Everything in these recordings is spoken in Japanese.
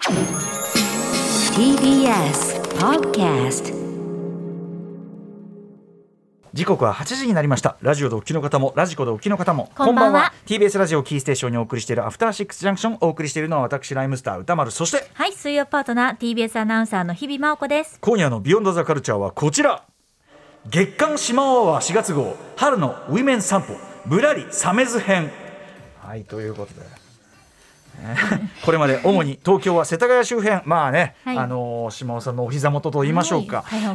TBS Podcast。 時刻は8時になりました。ラジオでお聞きの方もラジコでお聞きの方もこんばんは。 TBS ラジオキーステーションにお送りしているアフターシックスジャンクション、お送りしているのは私ライムスター歌丸、そしてはい、水曜パートナー TBS アナウンサーの日々真央子です。 今夜のビヨンドザカルチャーはこちら。月刊シマオアワー4月号、春のウィメン散歩ぶらりサメズ編。はい、ということでこれまで主に東京は世田谷周辺、まあね、 はい、 島尾さんのお膝元と言いましょうか、 はい、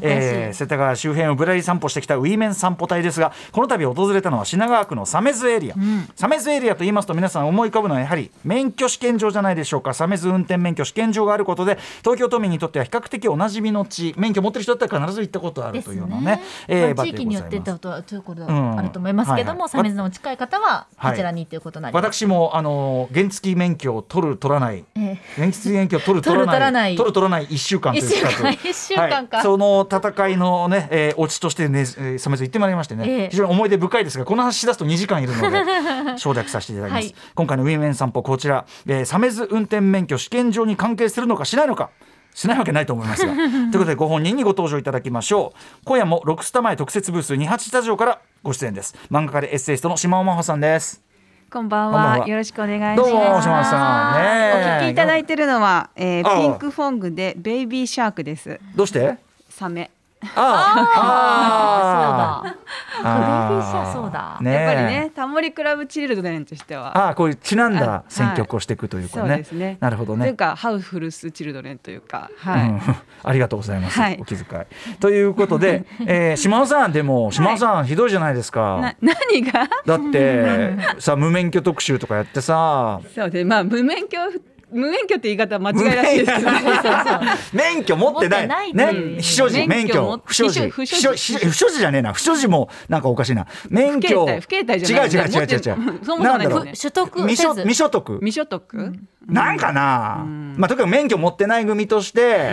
世田谷周辺をぶらり散歩してきたウィメン散歩隊ですが、この度訪れたのは品川区の鮫洲エリア、鮫洲エリアと言いますと皆さん思い浮かぶのはやはり免許試験場じゃないでしょうか。鮫洲運転免許試験場があることで東京都民にとっては比較的おなじみの地、免許持ってる人だったら必ず行ったことあるというのね、 地域によってということあると思いますけども、鮫洲の近い方はこちらにということになります。 私も原付免許を取る取らない、原付免許を取る取らない1週間という 1週間か、 その戦いのね、オチとしてね、鮫洲行ってまいりましてね、非常に思い出深いですが、この話し出すと2時間いるので省略させていただきます、今回のウィメン散歩こちら、鮫洲運転免許試験場に関係するのかしないのか、しないわけないと思いますがということでご本人にご登場いただきましょう。今夜もロクスタ前特設ブース28スタジオからご出演です。漫画家でエッセイストの島尾真帆さんです。 こんばんは。よろしくお願いします。 どうも島尾さん、 お聞きいただいているのは、ピンクフォングでベイビーシャークです。 どうしてサメ。 そうだ、ベイビーシャー、そうだ、 やっぱりね、タモリクラブチルドレンとしてはこういうちなんだ選曲をしていくというかね、 そうですね、 なるほどね、 というかハウフルスチルドレンというか、 ありがとうございます、お気遣いということで、島尾さん、でも島尾さん、ひどいじゃないですか。 何がだってさ、無免許特集とかやってさ、 そうで、まあ無免許って言い方は間違いらしいですけど免許持ってないね、不所持、免許不所持、不所持じゃねえな、不所持もなんかおかしいな、免許不携帯じゃない、 違うなんだろう、 取得せず未所得なんかな、まあとにかく免許持ってない組として、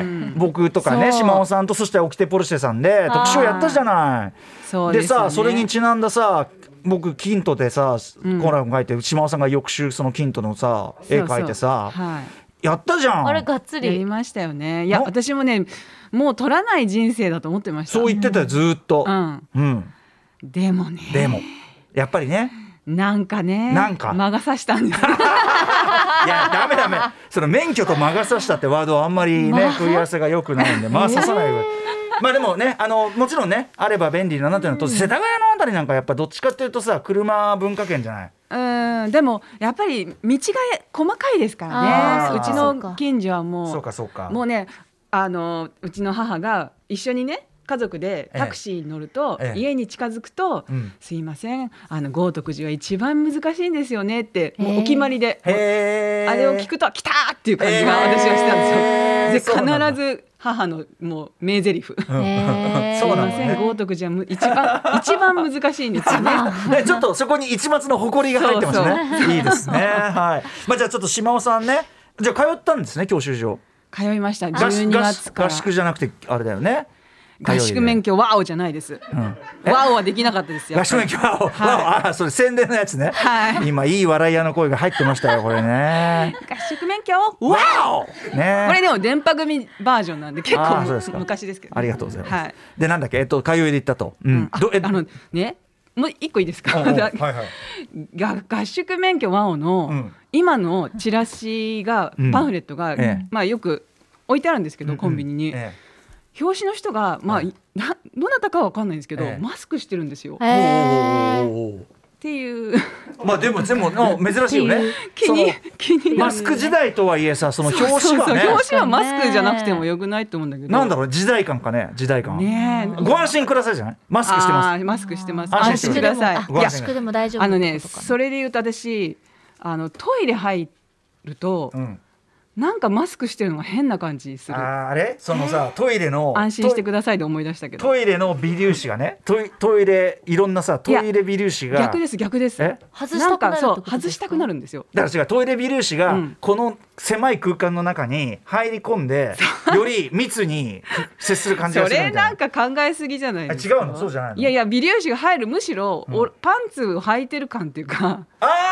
僕とかね、島尾さんとそしてオキテポルシェさんで特集をやったじゃない。でさ、それにちなんださ、僕キントでさ、コラム書いて、島尾さんが翌週そのキントのさ絵描いてさ、やったじゃん。 あれがっつりやりましたよね。いや、私もね、もう取らない人生だと思ってました。 そう言ってたよ、ずっと、 でもね、 やっぱりね、 なんか魔が差したんですいや、ダメその免許と魔が差したってワードはあんまりね、組み合わせが良くないんで、魔が差さないまあでもね、もちろんね、あれば便利だなというのと、世田谷のあたりなんかやっぱどっちかっていうとさ、車文化圏じゃない。 でもやっぱり道が細かいですからね。うちの近所はもうね、うちの母が一緒にね、家族でタクシーに乗ると、家に近づくと、すいません、豪徳寺は一番難しいんですよねってもうお決まりで、あれを聞くと来たーっていう感じが私はしたんですよ。で、必ず母のもう名台詞すいません、豪徳寺は一番難しいんですよねちょっとそこに一抹の誇りが入ってますね。いいですね。はい。まあじゃあちょっと島尾さんね、じゃあ通ったんですね、教習所。 通いました。12月から。 合宿じゃなくてあれだよね。 合宿免許ワオじゃないです、ワオはできなかったですよ。 合宿免許ワオ、それ宣伝のやつね、今いい笑い屋の声が入ってましたよ、これね。 合宿免許ワオ、ね、これでも電波組バージョンなんで結構昔ですけど、 ありがとうございます、でなんだっけ、通いで行ったと、 ね、もう一個いいですか合宿免許ワオの今のチラシが、パンフレットが、まあよく置いてあるんですけど、コンビニに、表紙の人が、まあ、どなたかは分かんないんですけど、マスクしてるんですよ。っていうまあでも珍しいよね。マスク時代とはいえさ、その表紙がね、 表紙はマスクじゃなくてもよくないと思うんだけど、 なんだろう、時代感かね、時代感ね。ご安心くださいじゃない、マスクしてます。 マスクしてます。安心ください。 合宿でも大丈夫。 それで言うと私トイレ入ると、なんかマスクしてるのが変な感じする。 あれそのさ、トイレの安心してくださいで思い出したけど、 トイレの微粒子がね、トイレいろんなさ、トイレ微粒子が逆です。外したくなるんですよ。 だから違う、トイレ微粒子がこの狭い空間の中に入り込んで、より密に接する感じがするみたいな。 それなんか考えすぎじゃないですか。 違うの？そうじゃないの？ いや微粒子が入る、むしろ、パンツを履いてる感っていうか、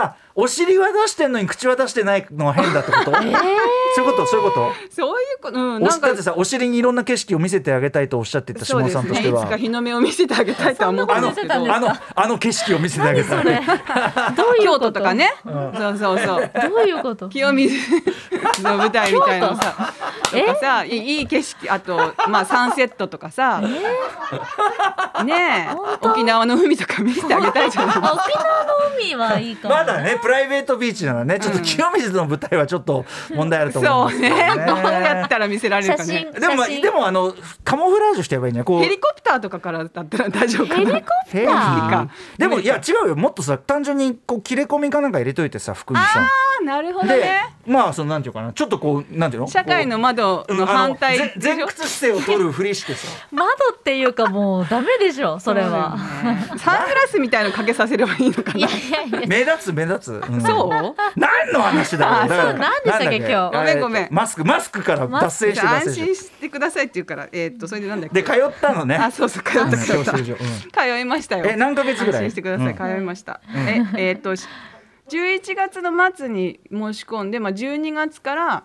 お尻は出してんのに口は出してないのは変だってこと、そういうこと、なんかだってさ、お尻にいろんな景色を見せてあげたいとおっしゃっていた下尾さんとしては、 いつか日の目を見せてあげたいとは思ってたんですけど、 あの景色を見せてあげたい京都とかね、そうどういうこと、 清水の舞台みたいなさとかさ、いい景色、あとサンセットとかさ、ねえ沖縄の海とか見せてあげたいじゃない。 沖縄の海はいいかも。 まだねプライベートビーチならね、ちょっと清水の舞台はちょっと問題あると思うんですけどね。 そうね、どうやったら見せられるかね。 でもカモフラージュしてればいいね。こうヘリコプターとかからだったら大丈夫かな。 ヘリコプターでもいや違うよ、もっとさ単純にこう切れ込みかなんか入れといてさ、服にさ、 なるほどね。 そのなんていうかな、ちょっとこうなんていうの、 社会の窓の反対、 前屈姿勢を取るふりしてさ窓っていうかもうダメでしょそれは。 サングラスみたいのかけさせればいいのかな。 目立つ、 そう何の話だよ。 そうなんでしたっけ今日。ごめん。 マスクから脱線して安心してくださいって言うから、それでなんだっけ。 で通ったのね。 そう通った通いましたよ。 何ヶ月ぐらい。 安心してください、通いました。11月の末に申し込んで、12月から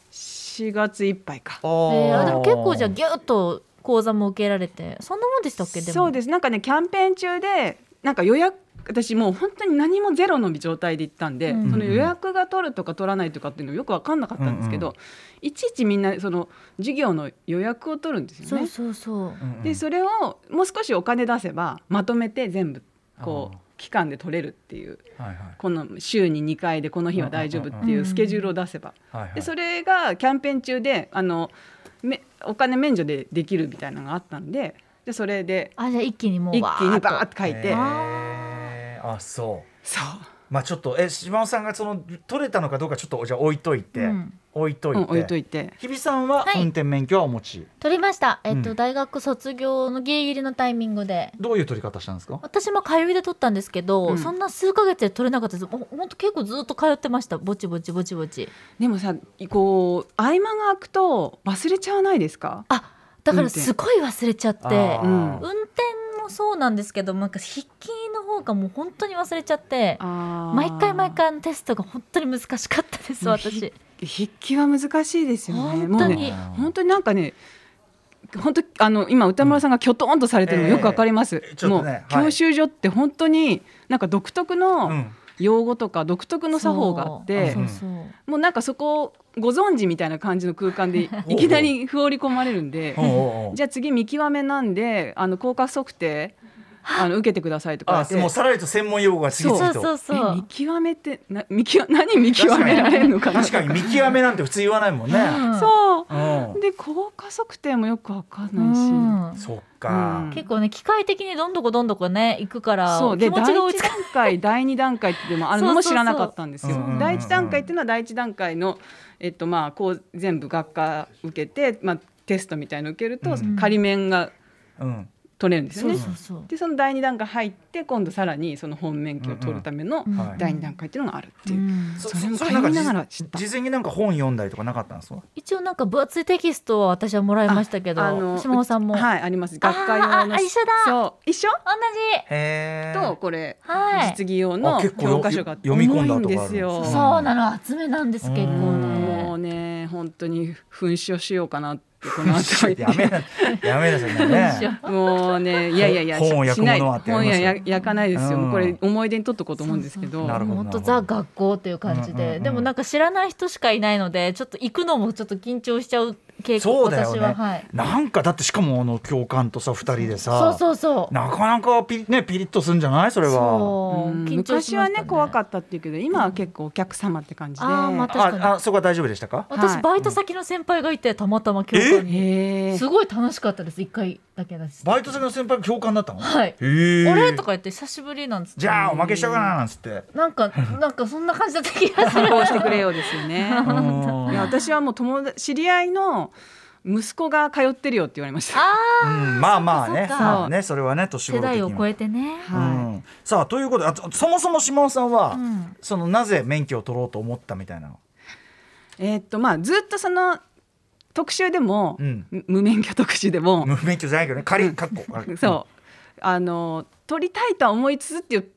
4月いっぱいか。 でも結構じゃあギュッと講座も受けられて、そんなもんでしたっけ。でもそうです、なんかねキャンペーン中でなんか予約、私もう本当に何もゼロの状態で行ったんで、その予約が取るとか取らないとかっていうのよく分かんなかったんですけど、いちいちみんなその授業の予約を取るんですよね。でそれをもう少しお金出せばまとめて全部こう期間で取れるっていう、この週に2回でこの日は大丈夫っていうスケジュールを出せば、でそれがキャンペーン中でお金免除でできるみたいなのがあったんで、それでじゃあ一気にバーッと書いて、 そうちょっと島尾さんがその取れたのかどうかちょっとじゃあ置いといて、日比さんは運転免許はお持ち、 取りました。大学卒業のギリギリのタイミングで。 どういう取り方したんですか。 私も通いで取ったんですけど、そんな数ヶ月で取れなかったです。本当結構ずっと通ってました。ぼちぼち。 でもさ、こう合間が空くと忘れちゃわないですか。 だからすごい忘れちゃって、運転もそうなんですけど、なんか筆記の方がもう本当に忘れちゃって、毎回のテストが本当に難しかったです。私筆記は難しいですよね。 本当になんかね、本当今歌村さんがきょとんとされてるのよくわかります。もう教習所って本当になんか独特の用語とか独特の作法があって、もうなんかそこをご存知みたいな感じの空間でいきなり放り込まれるんでじゃあ次見極めなんで効果測定受けてくださいとかもうさらりと専門用語が次々と。 見極めって何見極められるのかな。 確かに見極めなんて普通言わないもんね。 そうで効果測定もよくわかんないし、 そっか、 結構ね機械的にどんどこね行くから、 気持ちが追いつかない。第1段階第2段階ってでもあるのも知らなかったんですよ。第1段階っていうのは第1段階のこう全部学科受けて、テストみたいの受けると仮免が取れるんですよね。でその第2段階入って今度さらにその本免許を取るための第2段階っていうのがあるっていう、それも通いながら知った。 事前になんか本読んだりとかなかったんですか。 一応なんか分厚いテキストは私はもらいましたけど、下尾さんもあります。学会用の一緒だ。 そう一緒同じとこれ実技用の教科書が読み込んだんですよ。 そうなの、厚めなんです結構ね。 もうね本当に噴書しようかなってこの後やめなさいね。 もうねいや本を焼くものはって本焼かないですよ。これ思い出に取っとこうと思うんですけど。 本当ザ学校っていう感じで、でもなんか知らない人しかいないのでちょっと行くのもちょっと緊張しちゃう傾向。 そうだよね。なんかだってしかも教官とさ2人でさ、 そうなかなかピリッとするんじゃない。それは昔はね怖かったっていうけど今は結構お客様って感じで。 そこは大丈夫でしたか。 私バイト先の先輩がいてたまたま教官にすごい楽しかったです。1回だけです。 バイト先の先輩が教官だったの。 はい。俺とか言って久しぶりなんつって、 じゃあおまけしちゃうかななんつってなんかそんな感じだった気がする。 こうしてくれようですよね。いや私はもう知り合いの息子が通ってるよって言われました。 まあねそれはね年頃的に世代を超えてね。 さあということでそもそも島尾さんはそのなぜ免許を取ろうと思ったみたいなの。 ずっとその特集でも、無免許特集でも無免許じゃないけどね、仮括弧そう取りたいとは思いつつっていう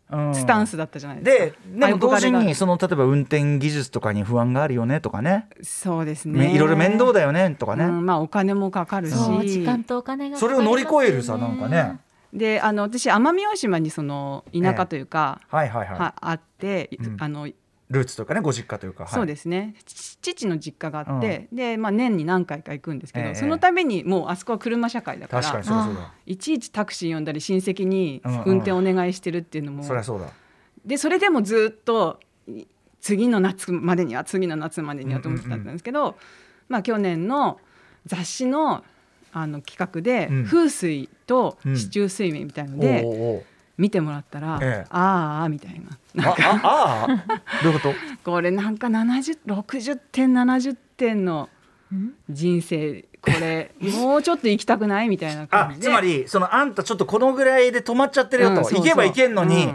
スタンスだったじゃないですか。 でも同時に例えば運転技術とかに不安があるよねとかね。 そうですね。 いろいろ面倒だよねとかね。 お金もかかるし、 時間とお金がかかりますよね。 それを乗り越えるさなんかね。 で私奄美大島にその田舎というか、あって、 ルーツというかね、ご実家というか、 そうですね、父の実家があって、で、年に何回か行くんですけど、そのためにもうあそこは車社会だから、 確かにそうだ、 いちいちタクシー呼んだり親戚に運転お願いしてるっていうのも、 そりゃそうだ。でそれでもずっと次の夏までにはと思ってたんですけど、去年の雑誌の企画で、風水と四柱推命みたいので、見てもらったら、ああみたいな、 どういうこと？ これなんか60点70点の人生、これもうちょっと行きたくないみたいな感じで、 つまりあんたちょっとこのぐらいで止まっちゃってるよと、行けば行けんのに、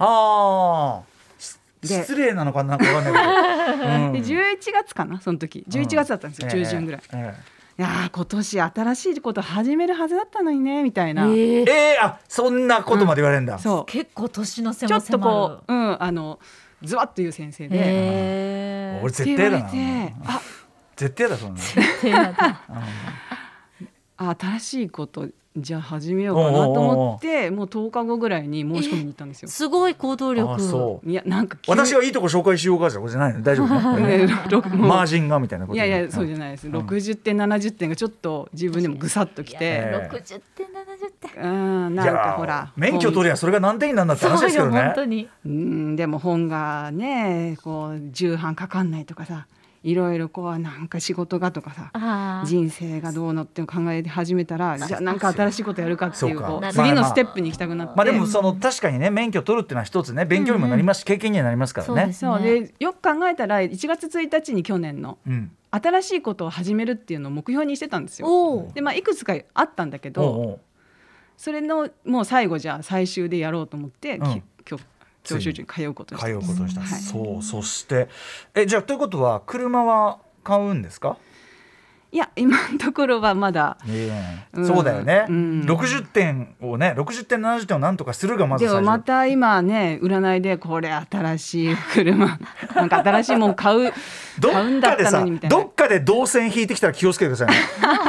失礼なのかな、分かんないけど、 11月かな、その時11月だったんですよ、中旬ぐらい。いや今年新しいこと始めるはずだったのにねみたいな。 そんなことまで言われるんだ。 そう、結構年の瀬も迫る。 ちょっとこう、ズワッという先生で、 俺絶対だな。絶対だそんな。 新しいことじゃあ始めようかなと思って、もう10日後ぐらいに申し込みに行ったんですよ。 すごい行動力。 いやなんか私はいいとこ紹介しようかじゃこれじゃないの、大丈夫ね。マージンがみたいなこと。 いやそうじゃないです。60点70点がちょっと自分でもぐさっときて、 60点70点、 なんかほら免許取りゃそれが何点になるんだって話ですけどね。 本当に。 でも本がね、こう重版かかんないとかさ、いろいろこうなんか仕事がとかさ、人生がどうのって考え始めたら、じゃあなんか新しいことやるかっていう、次のステップに行きたくなって、 でも確かにね、免許取るっていうのは一つね、勉強にもなりますし、経験にはなりますからね。 そうで、よく考えたら1月1日に去年の、新しいことを始めるっていうのを目標にしてたんですよ。でいくつかあったんだけど、それのもう最後、じゃあ最終でやろうと思って、教習所に通うことにした。 そしてじゃあということは車は買うんですか？ いや今のところはまだ、 そうだよね、60点をね、60点70点をなんとかするがまず最初。 でもまた今ね、占いでこれ新しい車なんか新しいもん買うんだったのにみたいな。 どっかで動線引いてきたら気をつけてくださいね。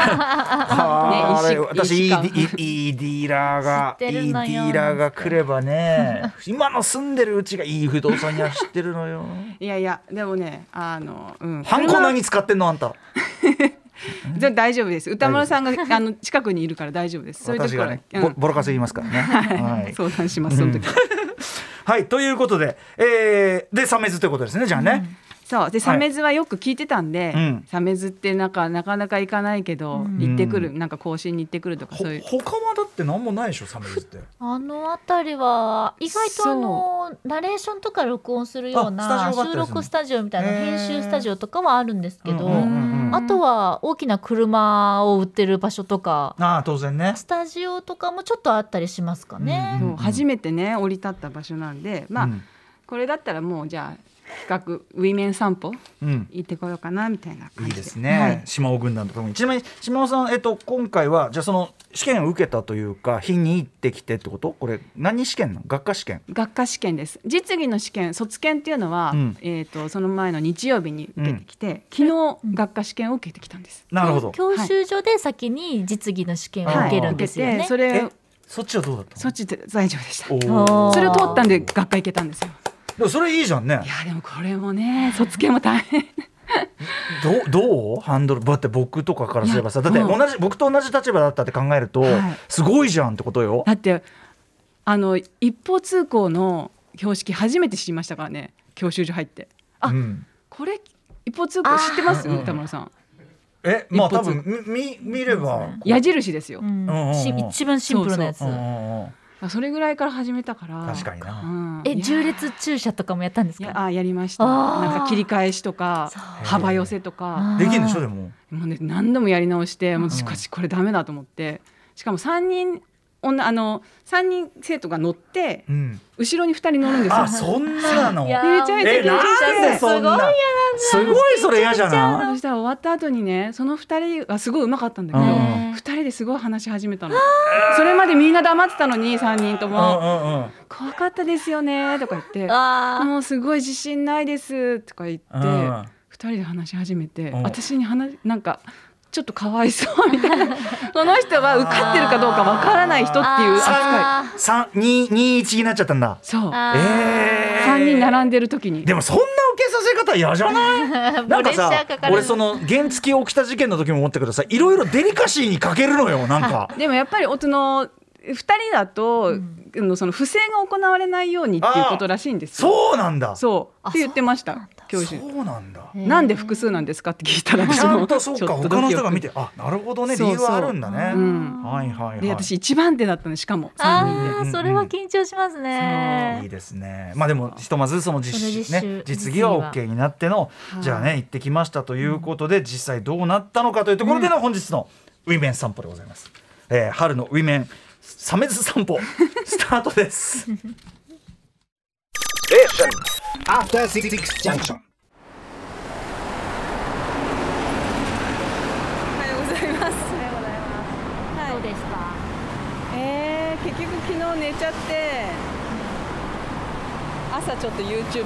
私いいディーラーが来ればね、今の住んでるうちがいい不動産屋知ってるのよ。 いやでもね、ハンコ何使ってんのあんた。 大丈夫です。歌丸さんが近くにいるから大丈夫です。そういう時からボロカス言いますからね。 相談します、その時。 はい、ということで、で鮫洲ということですね、じゃあね。 そうで、鮫洲はよく聞いてたんで、鮫洲ってなかなか行かないけど、行ってくる、なんか更新に行ってくるとか、そういう。 他はだって何もないでしょ、鮫洲って。 辺りは意外とナレーションとか録音するような収録スタジオみたいな編集スタジオとかはあるんですけど、あとは大きな車を売ってる場所とか、 当然ね、 スタジオとかもちょっとあったりしますかね。 初めてね降り立った場所なんで、これだったらもうじゃあ企画ウィメン散歩、行ってこようかなみたいな感じで。 いいですね、島尾軍団とともに。ちなみに島尾さん、今回はじゃあその試験を受けたというか、日に行ってきてってこと？これ何試験なの？学科試験？ 学科試験です。実技の試験、卒検っていうのは、その前の日曜日に受けてきて、昨日学科試験を受けてきたんです。 なるほど。 教習所で先に実技の試験を受けるんですよね。 そっちはどうだったの？ そっちで大丈夫でした。それを通ったんで学科行けたでたんすよ。でもそれいいじゃんね。 いやでもこれもね、卒検も大変。 どうハンドル。だって僕とかからすればさ、だって僕と同じ立場だったって考えると、すごいじゃんってことよ。 だって一方通行の標識初めて知りましたからね、教習所入って。これ一方通行知ってます？歌丸さん。 多分見れば矢印ですよ、 一番シンプルなやつ。 それぐらいから始めたから。 確かにな。 縦列駐車とかもやったんですか？ やりました。なんか切り返しとか幅寄せとかできるんでしょ。でもね、何度もやり直して、もうしかしこれダメだと思って、しかも3人生徒が乗って、後ろに2人乗るんですよ。 そんなの？ なんでそんなすごいそれ嫌じゃない？ そしたら終わった後にね、その2人はすごいうまかったんだけど、2 人ですごい話し始めたの。それまでみんな黙ってたのに3人とも、怖かったですよねとか言って、もうすごい自信ないですとか言って、2人で話し始めて、私になんかちょっとかわいそうみたいなその人は受かってるかどうかわからない人っていう扱い 2-1になっちゃったんだ。 そう、3人並んでる時に。 でもそんな受けさせ方嫌じゃないなんかさ、俺その原付起きた事件の時も思ったけどさ、いろいろデリカシーに欠けるのよなんかでもやっぱりその2人だと、その不正が行われないようにっていうことらしいんですよ。 そうなんだ。 そうって言ってました教授。 そうなんだ。 なんで複数なんですかって聞いたら、 ちゃんとそうか他の人が見て、なるほどね、理由はあるんだね。はいはいはい。 で私一番手だったの、しかも 3人で。それは緊張しますね。 いいですね。まあでもひとまずその実技は OK になっての、じゃあね行ってきましたということで、実際どうなったのかというところでの本日のウィメン散歩でございます。春のウィメン鮫洲散歩スタートです。 After 66 junction。 結局昨日寝ちゃって朝ちょっと YouTube 見たぐらい。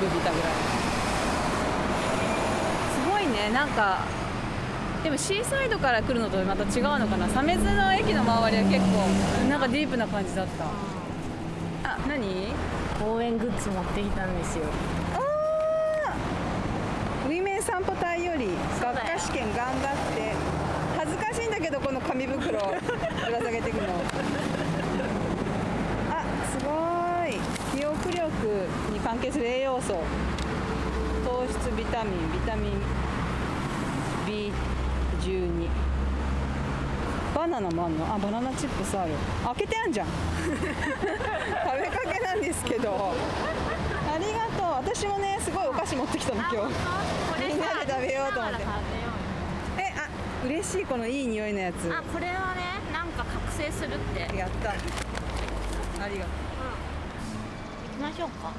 すごいね、なんかでもシーサイドから来るのとまた違うのかな。鮫洲の駅の周りは結構なんかディープな感じだった。何？ 応援グッズ持ってきたんですよ。 ウィメン散歩隊より学科試験頑張って、恥ずかしいんだけどこの紙袋ぶら下げていくの。すごい。記憶力に関係する栄養素、糖質、ビタミン B12、バナナもあんの。バナナチップスある。開けてあんじゃん食べかけなんですけど、ありがとう。私もねすごいお菓子持ってきたの今日。みんなで食べようと思って。嬉しい、このいい匂いのやつ。 これはね、なんか覚醒するってやった。ありがとう。 行きましょうか。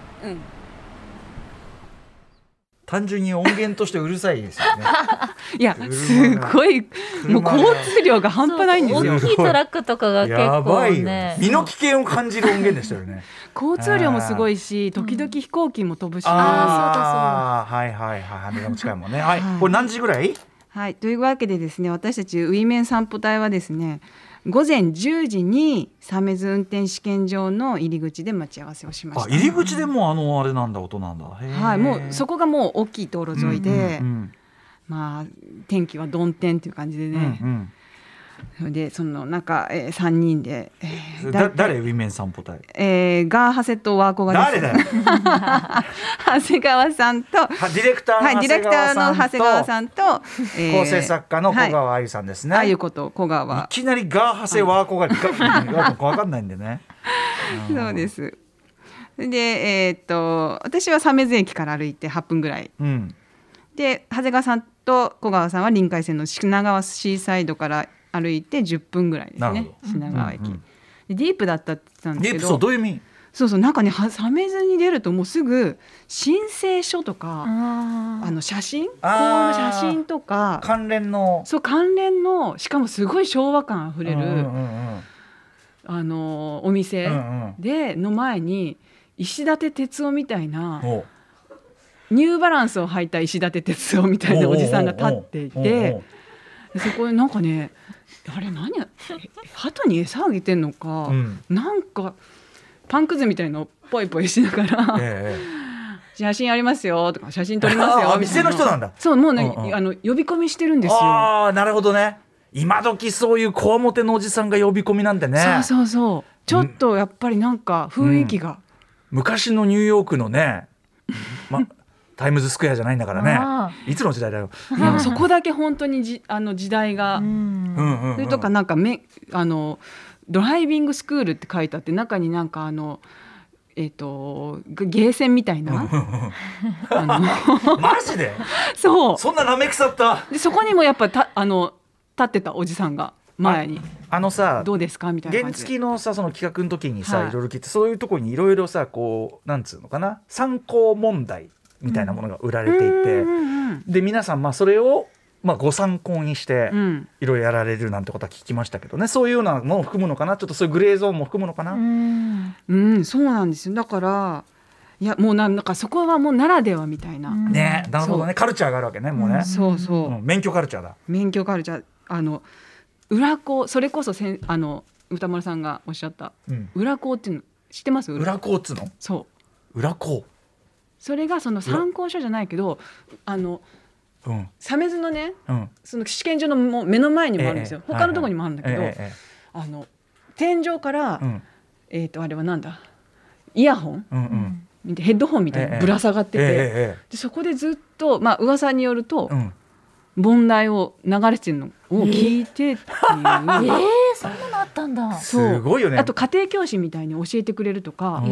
単純に音源としてうるさいですよね。 いやすごい、もう交通量が半端ないんですよ。 大きいトラックとかが結構ね、 身の危険を感じる音源でしたよね。 交通量もすごいし、時々飛行機も飛ぶし。 はいはいはい、羽田も近いもんね。はい、これ何時ぐらい？ はい、というわけでですね、私たちウィメン散歩隊はですね、午前10時に鮫洲運転試験場の入り口で待ち合わせをしました。 入り口でもうあれなんだ、音なんだ。 はい、もうそこがもう大きい道路沿いで、まあ天気は曇天という感じでね。でその中、3人で、 誰ウィメン散歩隊？ ガーハセとワーコガです。 誰だよ。 長谷川さんとディレクターの長谷川さんと、 構成作家の小川あゆさんですね。 あゆこと小川。 いきなりガーハセワーコガ分かんないんでね。 そうです。で私は鮫洲駅から歩いて8分ぐらい。で長谷川さんと小川さんは臨海線の品川シーサイドから歩いて10分ぐらいですね。品川駅、ディープだったって言ってたんですけど。 どういう意味？ そうなんかね、鮫洲に出るともうすぐ申請書とか写真、この写真とか関連のしかもすごい昭和感あふれるお店での前に石立哲夫みたいなニューバランスを履いた石立哲夫みたいなおじさんが立っていて、そこでなんかね、あれ何や、鳩に餌あげてんのか、なんかパンくずみたいのをポイポイしながら、写真ありますよとか、写真撮りますよみたいな。 店の人なんだ。 そう、もうね、呼び込みしてるんですよ。 なるほどね。今時そういうこわもてのおじさんが呼び込みなんでね。 そうちょっとやっぱりなんか雰囲気が、 昔のニューヨークのね、タイムズスクエアじゃないんだからね。いつの時代だよ。 そこだけ本当に時代が、それとかなんかドライビングスクールって書いてあって、中になんかゲーセンみたいなマジで？ そう、 そんななめくさった。 でそこにもやっぱ立ってたおじさんが前にさ、 どうですかみたいな感じで、 原付のさ、その企画の時にさ、いろいろ聞いて、そういうところにいろいろさ、こうなんつうのかな、参考問題みたいなものが売られていて、で皆さんそれをご参考にしていろいろやられるなんてことは聞きましたけどね、そういうようなものを含むのかな、ちょっとそういうグレーゾーンも含むのかな。 そうなんですよ。だからいやもうなんかそこはもうならではみたいな、 ね、なるほどね、カルチャーがあるわけね、もうね、 そうそう、 免許カルチャーだ、 免許カルチャー。裏校、それこそ歌丸さんがおっしゃった、裏校っていうの知ってます？ 裏校っつうの？そう裏校、 それがその参考書じゃないけど鮫洲のね、その試験場のもう目の前にもあるんですよ、他のところにもあるんだけど、天井から、あれはなんだ、イヤホン、ヘッドホンみたいなぶら下がってて、でそこでずっと、噂によると、問題を流れてるのを聞いてっていう、 そんなのあったんだ。 すごいよね。 あと家庭教師みたいに教えてくれるとか、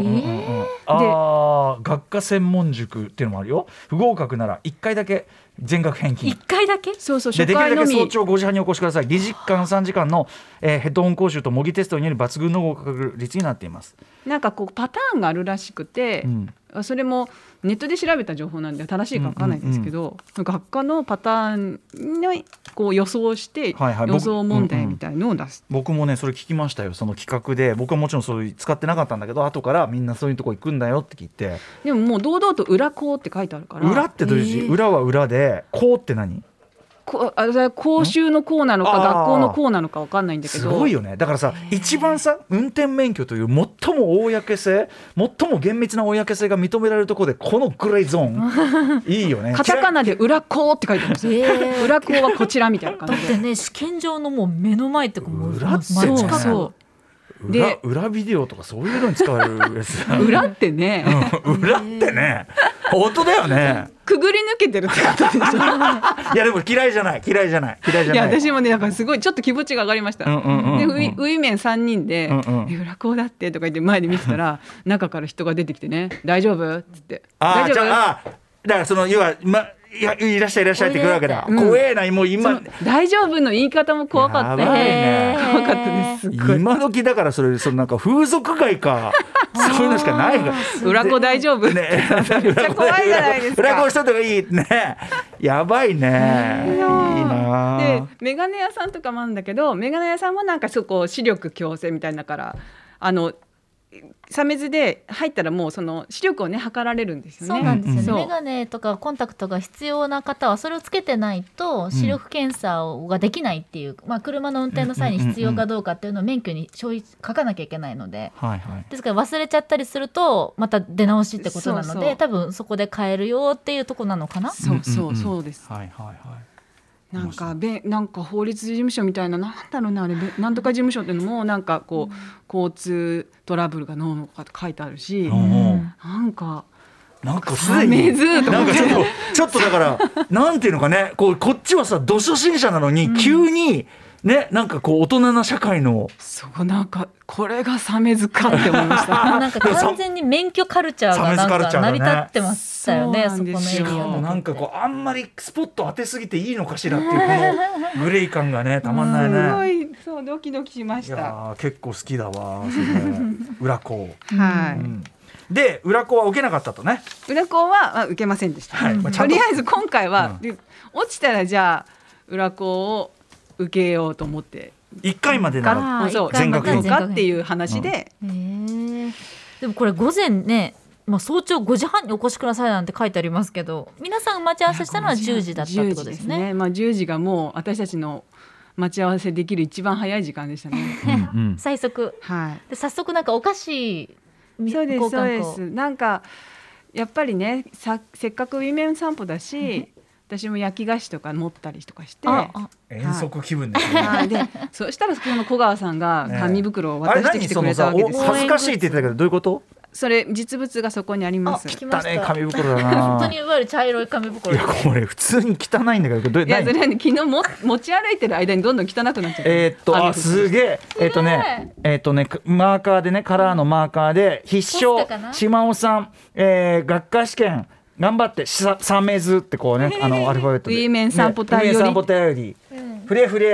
学科専門塾っていうのもあるよ。不合格なら1回だけ全額返金。 1回だけ？ そうそう、 できるだけ早朝5時半にお越しください。2時間3時間の、ヘッドホン講習と模擬テストによる抜群の合格率になっています。 なんかこうパターンがあるらしくて、それもネットで調べた情報なんで正しいか分からないんですけど、学科のパターンにこう予想して、予想問題みたいのを出す。 僕もねそれ聞きましたよ、その企画で。僕はもちろんそれ使ってなかったんだけど、後からみんなそういうとこ行くんだよって聞いて。 でももう堂々と裏校って書いてあるから。 裏ってどういう字？裏は裏で、校って何？ 講習の校なのか学校の校なのか分かんないんだけど、 すごいよね。だからさ、一番さ、運転免許という最も公性、最も厳密な公性が認められるところでこのグレーゾーンいいよね。 カタカナで裏校って書いてあるんですよ、裏校はこちらみたいな感じで。 だってね、試験場のもう目の前ってか、もう裏ってね、裏ビデオとかそういうのに使われるやつ裏ってね、 裏ってね、本当だよね。 くぐり抜けてるってことでしょ。 いやでも嫌いじゃない。いや私もね、だからすごいちょっと気持ちが上がりました。でウィメン3人で、裏校だってとか言って前で見てたら、中から人が出てきてね、大丈夫っつって、大丈夫？ だからその要は、いらっしゃいってくるわけだ。怖えな、もう今大丈夫の言い方も怖かったね。怖かったです。 今時だからそのなんか風俗街かそういうのしかないから。 裏子大丈夫ね。めっちゃ怖いじゃないですか。 裏子しとった方がいいね。やばいね。いいな。 でメガネ屋さんとかもあるんだけど、メガネ屋さんもなんかそこ視力矯正みたいなから、鮫洲で入ったらもうその視力をね測られるんですよね。 そうなんですよね。メガネとかコンタクトが必要な方はそれをつけてないと視力検査ができないっていう、車の運転の際に必要かどうかっていうのを免許に書かなきゃいけないので、ですから忘れちゃったりするとまた出直しってことなので、多分そこで買えるよっていうとこなのかな。 そうです。なんか法律事務所みたいな、なんだろうな、あれなんとか事務所っていうのもなんかこう交通トラブルがどうのかと書いてあるし、なんかすでになんかちょっとだからなんていうのかね、こっちはさど初心者なのに急にね、なんかこう大人な社会の、 そうなんかこれが鮫洲かって思いました。 なんか完全に免許カルチャーがなんか成り立ってましたよね。そこのエリアなんかこうあんまりスポット当てすぎていいのかしらっていうこのグレー感がねたまんないね。 すごいそうドキドキしました。 いや結構好きだわ裏校。で裏校は受けなかったとね。 裏校は受けませんでした。とりあえず今回は落ちたらじゃあ裏校を受けようと思って 1回までなら全額返金っていう話で、 でもこれ午前ね、早朝5時半にお越しくださいなんて書いてありますけど、皆さん待ち合わせしたのは10時だったってことですね。 10時がもう私たちの待ち合わせできる一番早い時間でしたね。 最速、で早速なんかお菓子そうですなんかやっぱりねせっかくウィメン散歩だし、私も焼き菓子とか持ったりとかして遠足気分ですね。 でそしたらその小川さんが紙袋を渡してきてくれたわけです。 恥ずかしいって言ってたけどどういうこと？ それ実物がそこにあります。 聞きました。 紙袋だな。 本当にいわゆる茶色い紙袋。 いやこれ普通に汚いんだけど、 いやそれは、ね、昨日持ち歩いてる間にどんどん汚くなっちゃった。 すげえマーカーでね、カラーのマーカーで必勝島尾さん、学科試験頑張って鮫洲ってこうね、アルファベットでウィメン散歩隊よりフレフレ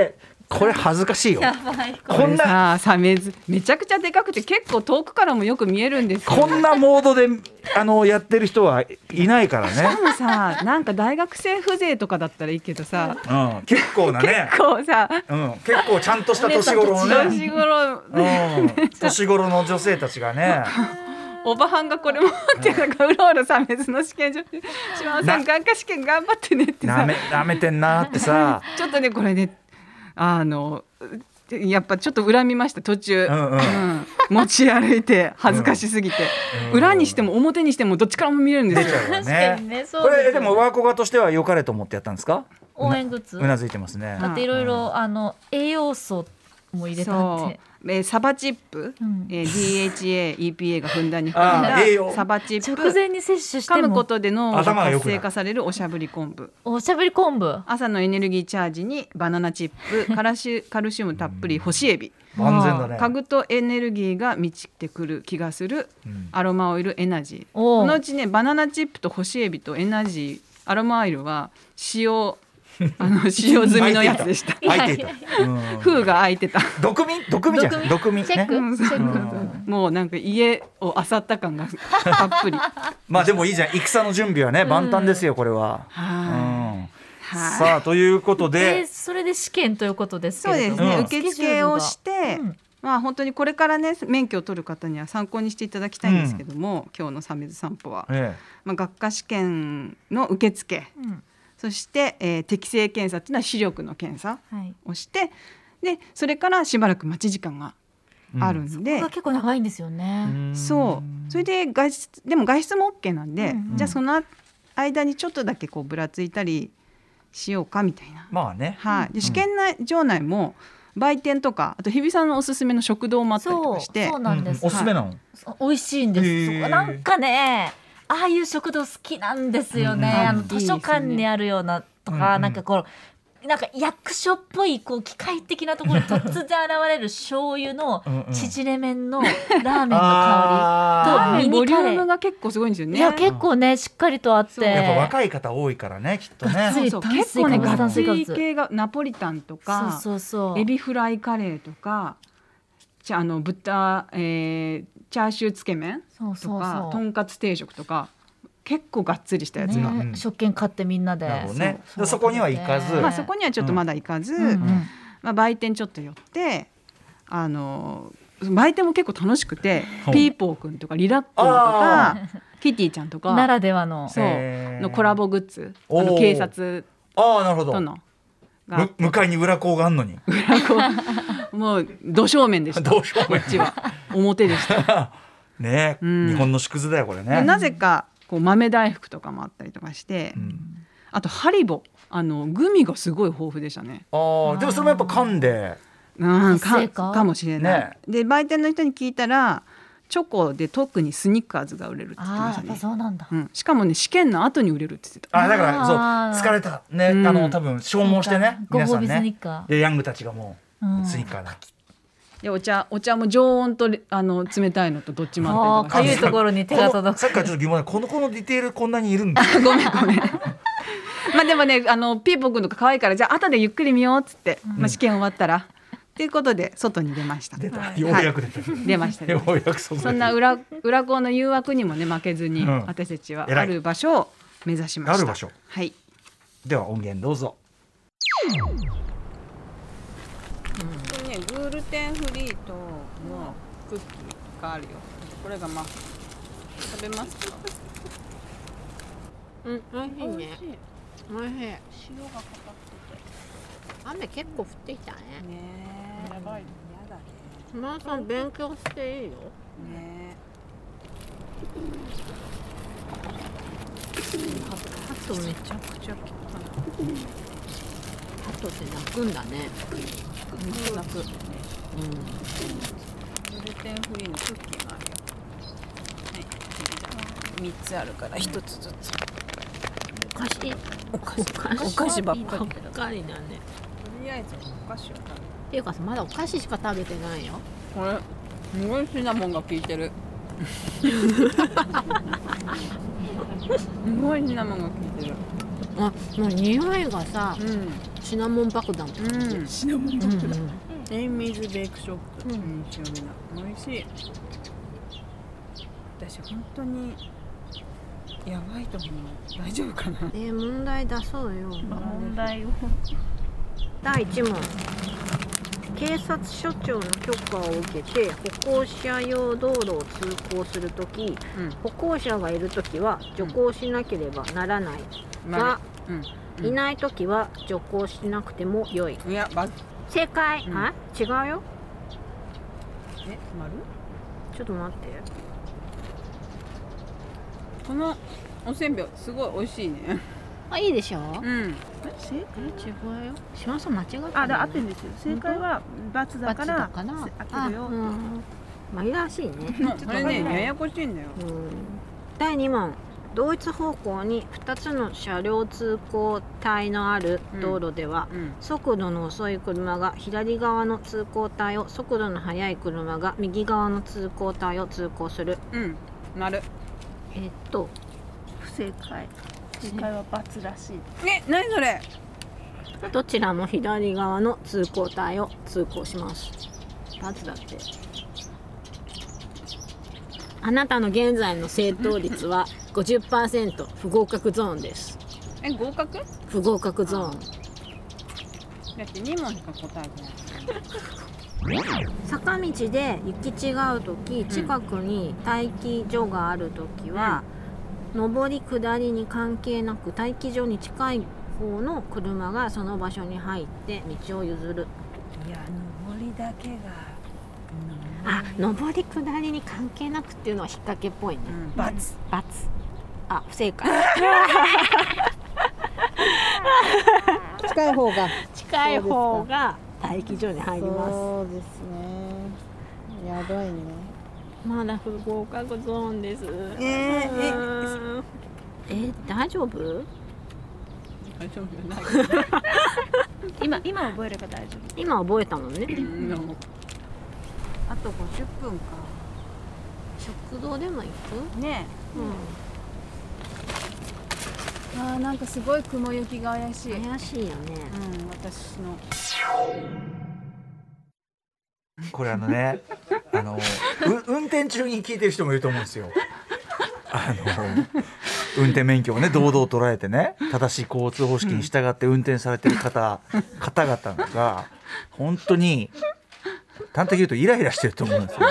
これ恥ずかしいよ。 やばい。 こんなサメズめちゃくちゃでかくて結構遠くからもよく見えるんですよ。 こんなモードでやってる人はいないからね。 しかもさ、なんか大学生風情とかだったらいいけどさ、 結構なね、 結構さ、 結構ちゃんとした年頃のね、年頃の女性たちがね。 おばはんがこれ持ってなんかうろうろサメズの試験場で島田さん眼科試験頑張ってねってさ、 なめてんなってさちょっとねこれねやっぱちょっと恨みました途中、持ち歩いて恥ずかしすぎて、裏にしても表にしてもどっちからも見えるんですよ。 確かにね。 これでもワーコガとしては良かれと思ってやったんですか？ 応援グッズうなずいてますね。 だっていろいろ栄養素も入れたって。 サバチップ、DHA、EPA がふんだんに含んだサバチップ、 直前に摂取しても噛むことで脳が活性化されるおしゃぶり昆布、朝のエネルギーチャージにバナナチップ、カルシウムたっぷり干しエビ、 万全だね。 嗅ぐとエネルギーが満ちてくる気がするアロマオイルエナジー。このうちねバナナチップと干しエビとエナジーアロマオイルは使用使用済みのやつでした。封が開いてた。 毒味じゃん。毒味チェック。 もうなんか家を漁った感がたっぷり。 まあでもいいじゃん。戦の準備はね万端ですよこれは。さあということで、 それで試験ということですけれども、 そうですね。受付をして、まあ本当にこれからね免許を取る方には参考にしていただきたいんですけども、今日のサメズ散歩は、まあ学科試験の受付。そして、適正検査っていうのは視力の検査をして、でそれからしばらく待ち時間があるんで、 そこが結構長いんですよね。 そうそれででも外出も OK なんで、じゃあその間にちょっとだけこうぶらついたりしようかみたいな。 まあね、 で試験場内も売店とかあと日比さんのおすすめの食堂もあったりとかして、 そうなんです、 おすすめなの？ 美味しいんです。なんかねああいう食堂好きなんですよね。図書館にあるようなとか、なんかこうなんか役所っぽいこう機械的なところに突然現れる醤油の縮れ麺のラーメンの香りとミニカレー、 ボリュームが結構すごいんですよね。 いや結構ねしっかりとあって、 やっぱ若い方多いからねきっとね。 結構ね炭水系がナポリタンとかエビフライカレーとか豚チャーシューつけ麺とかとんかつ定食とか結構がっつりしたやつが、 食券買ってみんなで、 そこには行かず、 そこにはちょっとまだ行かず、売店ちょっと寄って売店も結構楽しくて、ピーポーくんとかリラックンとかキティちゃんとかならではのコラボグッズ、警察との向かいに裏校があんのにもうど正面でした。こっちは表でしたね、日本の縮図だよこれね。 なぜかこう豆大福とかもあったりとかして、あとハリボグミがすごい豊富でしたね。 でもそれもやっぱ噛んでかもしれない、で売店の人に聞いたらチョコで特にスニッカーズが売れるって言ってましたね。 そうなんだ、 しかもね試験の後に売れるって言ってた。 だからそう疲れたね、多分消耗してね皆さんね。でヤングたちがもうスニッカーだ。 でお茶も常温と冷たいのとどっちもあったりとか。 かゆいところに手が届く。 さっきからちょっと疑問でこのディテールこんなにいるんだ。 ごめんまあでもねピーポーくんとか可愛いからじゃあ後でゆっくり見ようっつって、試験終わったらっていうことで外に出ました。 ようやく出ましたね。そんな裏校の誘惑にもね負けずに、私たちはある場所を目指しました。 ある場所。 はい。 では音源どうぞ。 グルテンフリーとのクッキーがあるよ。これがまあ食べますか？ 美味しいね。美味しい。塩がかかってて。雨結構降ってきたね。 やばい。やだね。 島田さん勉強していいよ。ハトめちゃくちゃ効くな。ハトって鳴くんだね。 泣く。グルテンフリーのクッキーがあるよ。はい。3つあるから1つずつ。お菓子ばっかりだね。とりあえずお菓子を食べる。 っていうかまだお菓子しか食べてないよ。 これすごいシナモンが効いてる。すごいシナモンが効いてる。 もう匂いがさ、シナモン爆弾。 シナモン爆弾。エイミーズベークショップ。塩味な。美味しい。私本当にやばいと思う。大丈夫かな。 問題出そうよ。 問題を。 第1問。警察署長の許可を受けて歩行者用道路を通行するとき、歩行者がいるときは徐行しなければならないが、いないときは徐行しなくても良い。 いや、 正解。違うよ。 丸？ ちょっと待って。 このおせんべいすごい美味しいね。 いいでしょ。 正解違うよ。島さん間違ってる。 合ってるんですよ。正解は×だから合ってるよ。 紛らわしいね。 これね、ややこしいんだよ。 第2問。同一方向に2つの車両通行帯のある道路では、速度の遅い車が左側の通行帯を、速度の速い車が右側の通行帯を通行する。 丸。 不正解。正解は×らしい。 何それ。 どちらも左側の通行帯を通行します。×だって。あなたの現在の正答率は50%。不合格ゾーンです。 合格？ 不合格ゾーン。 だって2問しか答えてない。 坂道で行き違うとき、近くに待機所があるときは、上り下りに関係なく待機所に近い方の車がその場所に入って道を譲る。 いや、上りだけが。 上り下りに関係なくっていうのは引っ掛けっぽいね。 ×。 不正解。 近い方が待機所に入ります。 そうですね。やばいね。 まだ不合格ゾーンです。大丈夫？ 大丈夫じゃない。 今覚えれば大丈夫。 今覚えたもんね。 あと50分か。 食堂でも行く？ ね。なんかすごい雲行きが怪しい。 怪しいよね。 私の。 これね、運転中に聞いてる人もいると思うんですよ。運転免許をね堂々捉えてね、正しい交通方式に従って運転されてる方々が本当に端的に言うとイライラしてると思うんですよ。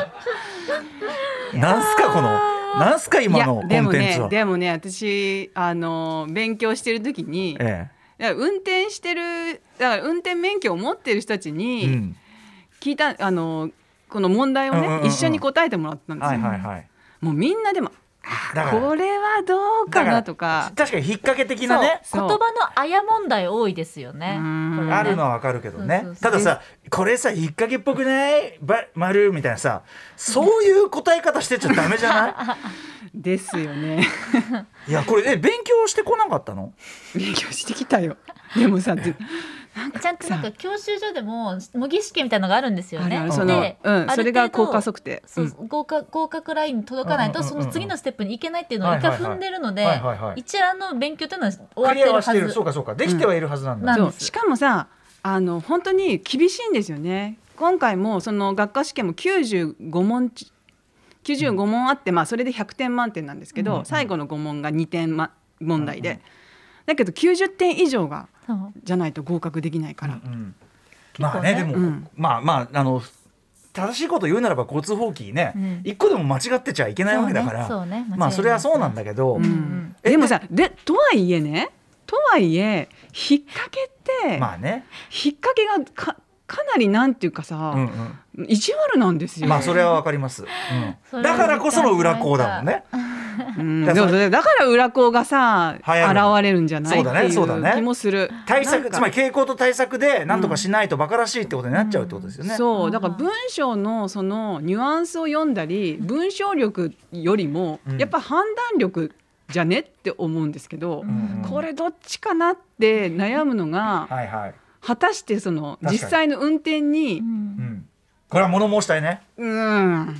なんすか今のコンテンツは。 でもね私勉強してる時に、運転してるだから運転免許を持ってる人たちに聞いた、この問題をね、一緒に答えてもらったんですよ。もうみんなでもこれはどうかなとか、 確かに引っ掛け的なね、 言葉のあや問題多いですよね。 あるのはわかるけどね。たださ、これさ引っ掛けっぽくない丸みたいなさ、そういう答え方してちゃダメじゃないですよね。 いやこれ勉強してこなかったの？ 勉強してきたよ。でもさちゃんとなんか教習所でも模擬試験みたいなのがあるんですよね。 それが効果測定。 合格ラインに届かないとその次のステップに行けないっていうのを一回踏んでるので、一覧の勉強というのは終わってるはず。 そうかできてはいるはずなんだ。 しかもさ本当に厳しいんですよね。今回もその学科試験も95問あって、それで100点満点なんですけど、最後の5問が2点問題で、だけど90点以上がじゃないと合格できないから。 まあね、でも正しいこと言うならば交通法規ね、一個でも間違ってちゃいけないわけだから、それはそうなんだけど、 でもさとはいえ引っ掛けって引っ掛けがかなりなんていうかさ、意地悪なんですよ。 それはわかります。だからこその裏項だもんね。 だから裏項がさ現れるんじゃないっていう気もする。 対策、つまり傾向と対策で何とかしないとバカらしいってことになっちゃうってことですよね。 そうだから文章のそのニュアンスを読んだり文章力よりもやっぱ判断力じゃねって思うんですけど、これどっちかなって悩むのが果たしてその実際の運転に、 これは物申したいね。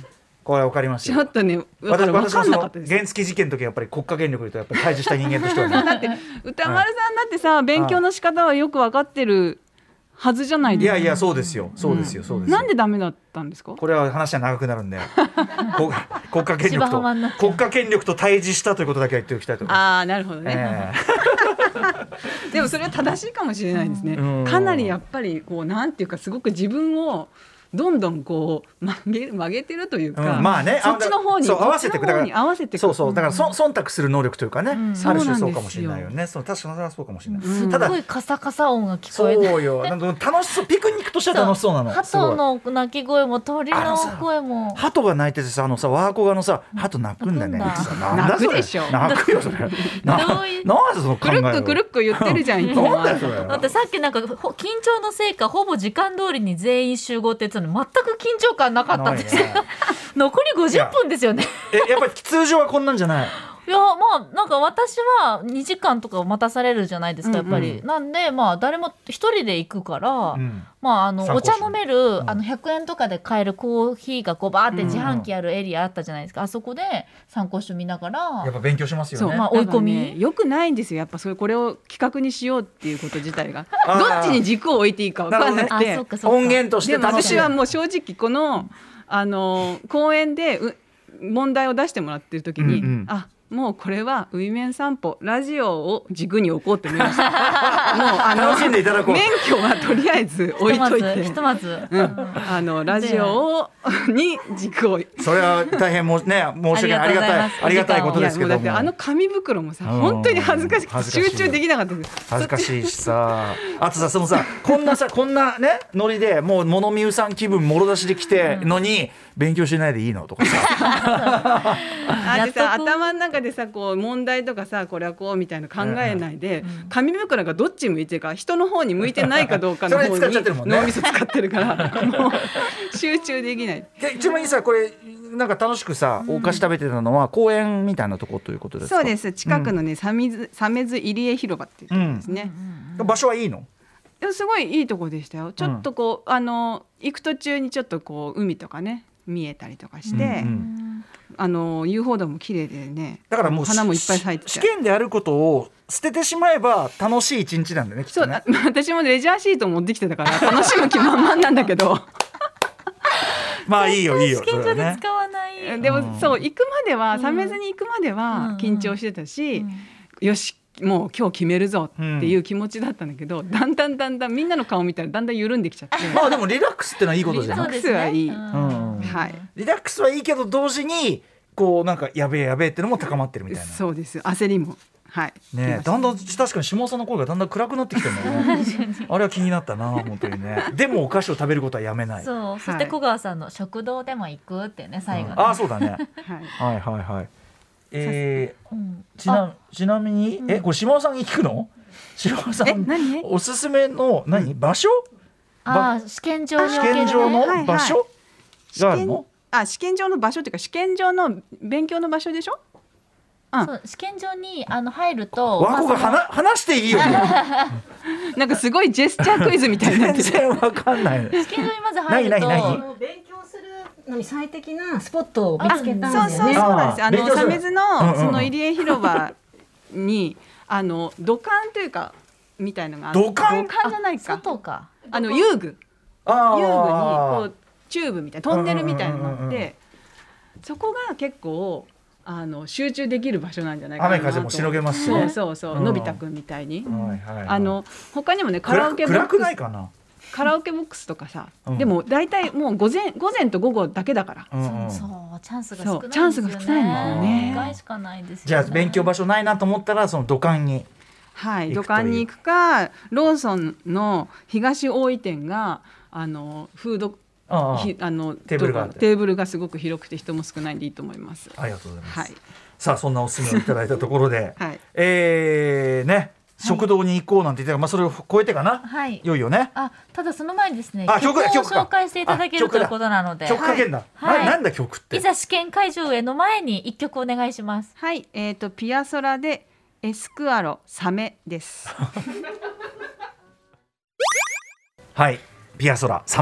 これ分かりますよ。 ちょっとね私もその原付事件の時やっぱり国家権力とやっぱり対峙した人間としては、ね、 だって歌丸さんだってさ、勉強の仕方はよく分かってるはずじゃないですか。 いやそうですよそうですよ、そうですよ。 なんでダメだったんですか。 これは話は長くなるんで国家権力と対峙したということだけは言っておきたいと思います。 なるほどね、でもそれは正しいかもしれないですね。かなりやっぱりこうなんていうかすごく自分をどんどんこう曲げてるというか、 まあね、 そっちの方に合わせてくる、そうだから忖度する能力というかね、ある種そうかもしれないよね。確かにそうかもしれない。 ただすごいカサカサ音が聞こえて、 そうよ、楽しそう、ピクニックとしては楽しそうなの。 鳩の鳴き声も鳥の声も、 鳩が鳴いててさ、ワーコガのさ、鳩鳴くんだね。 鳴くでしょ。 鳴くよそれ。なんでその考えをくるっく言ってるじゃん。 だってさっきなんか緊張のせいかほぼ時間通りに全員集合って言ってたのに全く緊張感なかったんですよ。残り50分ですよね。 やっぱり通常はこんなんじゃない。 いやなんか私は2時間とか待たされるじゃないですかやっぱり、なんで誰も一人で行くから、お茶飲める100円とかで買えるコーヒーがこうバーって自販機あるエリアあったじゃないですか、あそこで参考書見ながらやっぱ勉強しますよね。 追い込みよくないんですよやっぱこれを企画にしようっていうこと自体がどっちに軸を置いていいか分かんなくて、 音源としてでも私はもう正直この講演で問題を出してもらってる時に、もうこれはウィメン散歩ラジオを軸に置こうと思いました。もう楽しんでいただこう。 免許はとりあえず置いといて、 ひとまずラジオに軸を。 それは大変申し訳ないありがたいことですけども。 だって紙袋もさ本当に恥ずかしくて集中できなかったです。 恥ずかしいしさ、あとさこんなねノリでもう物見うさん気分もろ出しできてのに勉強しないでいいのとかさ。 頭の中でさこう問題とかさこれはこうみたいな考えないで、紙袋がどっち向いてるか人の方に向いてないかどうかの方に脳みそ使ってるからもう集中できない。 ちなみにさこれなんか楽しくさお菓子食べてたのは公園みたいなところということですか。 そうです、近くのね鮫洲入江広場っていうところですね。 場所はいいの？ すごいいいとこでしたよ。ちょっとこう行く途中にちょっとこう海とかね見えたりとかして、遊歩道も綺麗でね、 だからもう花もいっぱい咲いてて、 試験であることを捨ててしまえば楽しい一日なんだねきっとね。 そう私もレジャーシート持ってきてたから楽しむ気満々なんだけどまあいいよ試験場で使わない、 でもそう行くまでは鮫洲に行くまでは緊張してたし、よしもう今日決めるぞっていう気持ちだったんだけど、だんだんみんなの顔見たらだんだん緩んできちゃってまあでもリラックスってのはいいことじゃない。 リラックスはいい、 リラックスはいいけど同時にこうなんかやべえってのも高まってるみたいな。 そうです焦りもね、だんだん確かに下尾さんの声がだんだん暗くなってきてるねあれは気になったな本当にね。でもお菓子を食べることはやめない。 そして小川さんの食堂でも行くってね最後、 そうだねはいちなみにこれ下尾さんに聞くの？下尾さんおすすめの場所？ 試験場の場所があるの？ 試験場の場所っていうか試験場の勉強の場所でしょ？ そう試験場に入ると和子が話していいよなんかすごいジェスチャークイズみたいになって全然わかんない。 試験場にまず入ると勉強するのに最適なスポットを見つけたんだよね。 そうです鮫洲のその入江広場に土管というかみたいのが土管じゃないか外か遊具にこうチューブみたいなトンネルみたいなのがあって、そこが結構集中できる場所なんじゃないかなと。 雨風もしのげますしね。 そうのび太くんみたいに、他にもねカラオケボックス、 暗くないかな、 カラオケボックスとかさ、でも大体もう午前と午後だけだから、 そうチャンスが少ないんですよね。 チャンスが少ないんだよね。 1回しかないですよね。 じゃあ勉強場所ないなと思ったらその土管に土管に行くか、ローソンの東大井店がフードテーブルがすごく広くて人も少ないんでいいと思います。 ありがとうございます。さあそんなおすすめをいただいたところで、ね、食堂に行こうなんて言って、それを超えてかな、いよいよね。 ただその前にですね、曲を紹介していただけるということなので、 曲かけんだ。なんだ曲って。 いざ試験会場への前に一曲お願いします。 ピアソラでエスクアロサメですはい、ピアソラサメ。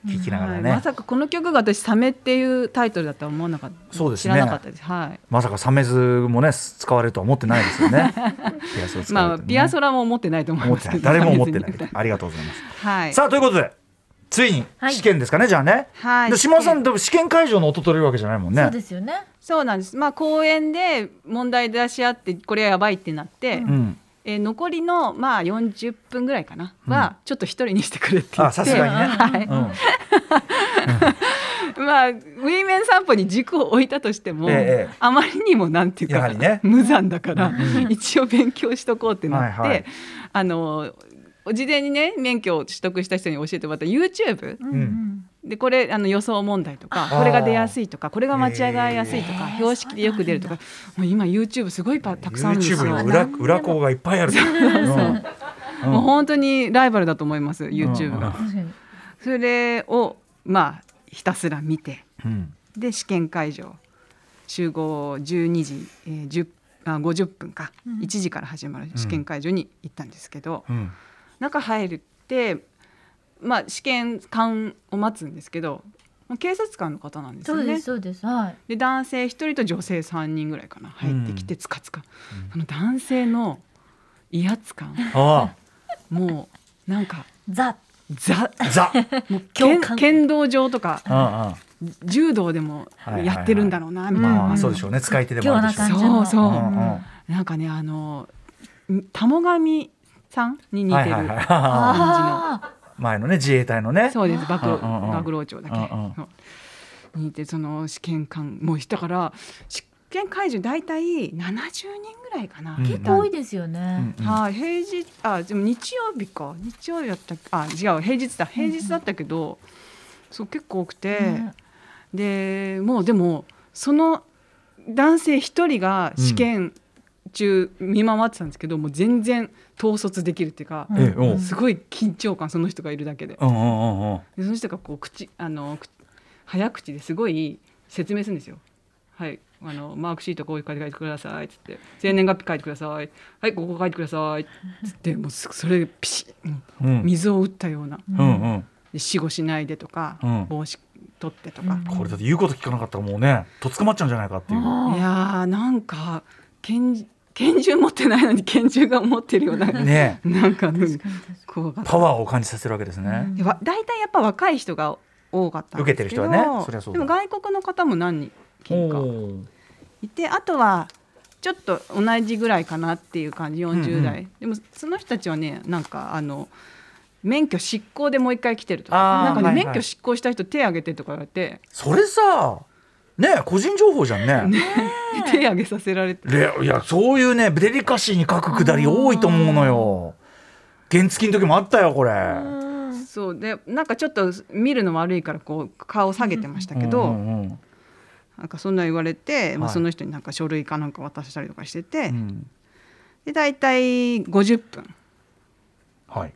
聴きながらね、 まさかこの曲が私サメっていうタイトルだとは思わなかった。 そうですね、 知らなかったです、はい、 まさかサメズもね使われるとは思ってないですよねピアソラ使われてね、まあ、 ピアソラも思ってないと思いますけど、 誰も思ってないありがとうございます、 はい、 さあということでついに試験ですかね、はい、じゃあね、はい、で島田さん試験会場の音取れるわけじゃないもんね。 そうですよね。 そうなんです、まあ、公演で問題出し合ってこれはやばいってなって、残りのまあ40分ぐらいかな、はちょっと一人にしてくれって言って、 さすがにね、はい、 まあウィーメン散歩に軸を置いたとしても、あまりにもなんていうか、ね、無残だから、一応勉強しとこうってなって、はいはい、事前にね免許を取得した人に教えてもらった YouTube、でこれ予想問題とかこれが出やすいとかこれが間違いやすいとか標識でよく出るとか、もう今 YouTube すごいたくさんあるんですよ。 YouTube の裏項がいっぱいあるもう本当にライバルだと思います YouTube が、それをまあひたすら見て、で試験会場集合12時、50分か、1時から始まる試験会場に行ったんですけど、中入るってまあ、試験官を待つんですけど、警察官の方なんですよね。 そうです、はい、 で男性1人と女性3人ぐらいかな入ってきて、つかつか、その男性の威圧感、もうなんかザもう剣道場とか柔道でもやってるんだろうなみたいな、 そうでしょうね、使い手でもあるでしょう。 そう、なんかね玉上さんに似てる感じの、 前のね自衛隊のね、 そうです、幕僚長だけにいて、その試験官もうだから試験会場大体70人ぐらいかな、 結構多いですよね。 はい、平日でも日曜日だった違う平日だったけど、そう結構多くて、でもでもその男性一人が試験中見守ってたんですけど、もう全然統率できるっていうか、すごい緊張感、その人がいるだけで、でその人がこう早口ですごい説明するんですよ。はい、マークシートこう書いてくださいっつって、生年月日書いてください、はいここ書いてくださいっつって、もうそれピシッ、水を打ったような、死後しないでとか、帽子取ってとか、 これだって言うこと聞かなかったらもうねとっ捕まっちゃうんじゃないかっていう。いやなんか拳銃持ってないのに拳銃が持ってるような、 ね、 なんかパワーを感じさせるわけですね。 だいたいやっぱ若い人が多かったんですけど、 受けてる人はね、そりゃそうだ。 でも外国の方も何人かいて、あとはちょっと同じぐらいかなっていう感じ、40代、でもその人たちはね、なんか免許失効でもう一回来てるとか、なんかね、免許失効した人手挙げてとか言われて、 それさね、個人情報じゃんね。 手挙げさせられて、 いやそういうねデリカシーに書くくだり多いと思うのよ。原付の時もあったよこれ。 そうで、なんかちょっと見るの悪いからこう顔下げてましたけど、なんかそんな言われて、その人になんか書類かなんか渡したりとかしてて、で大体50分、 はい、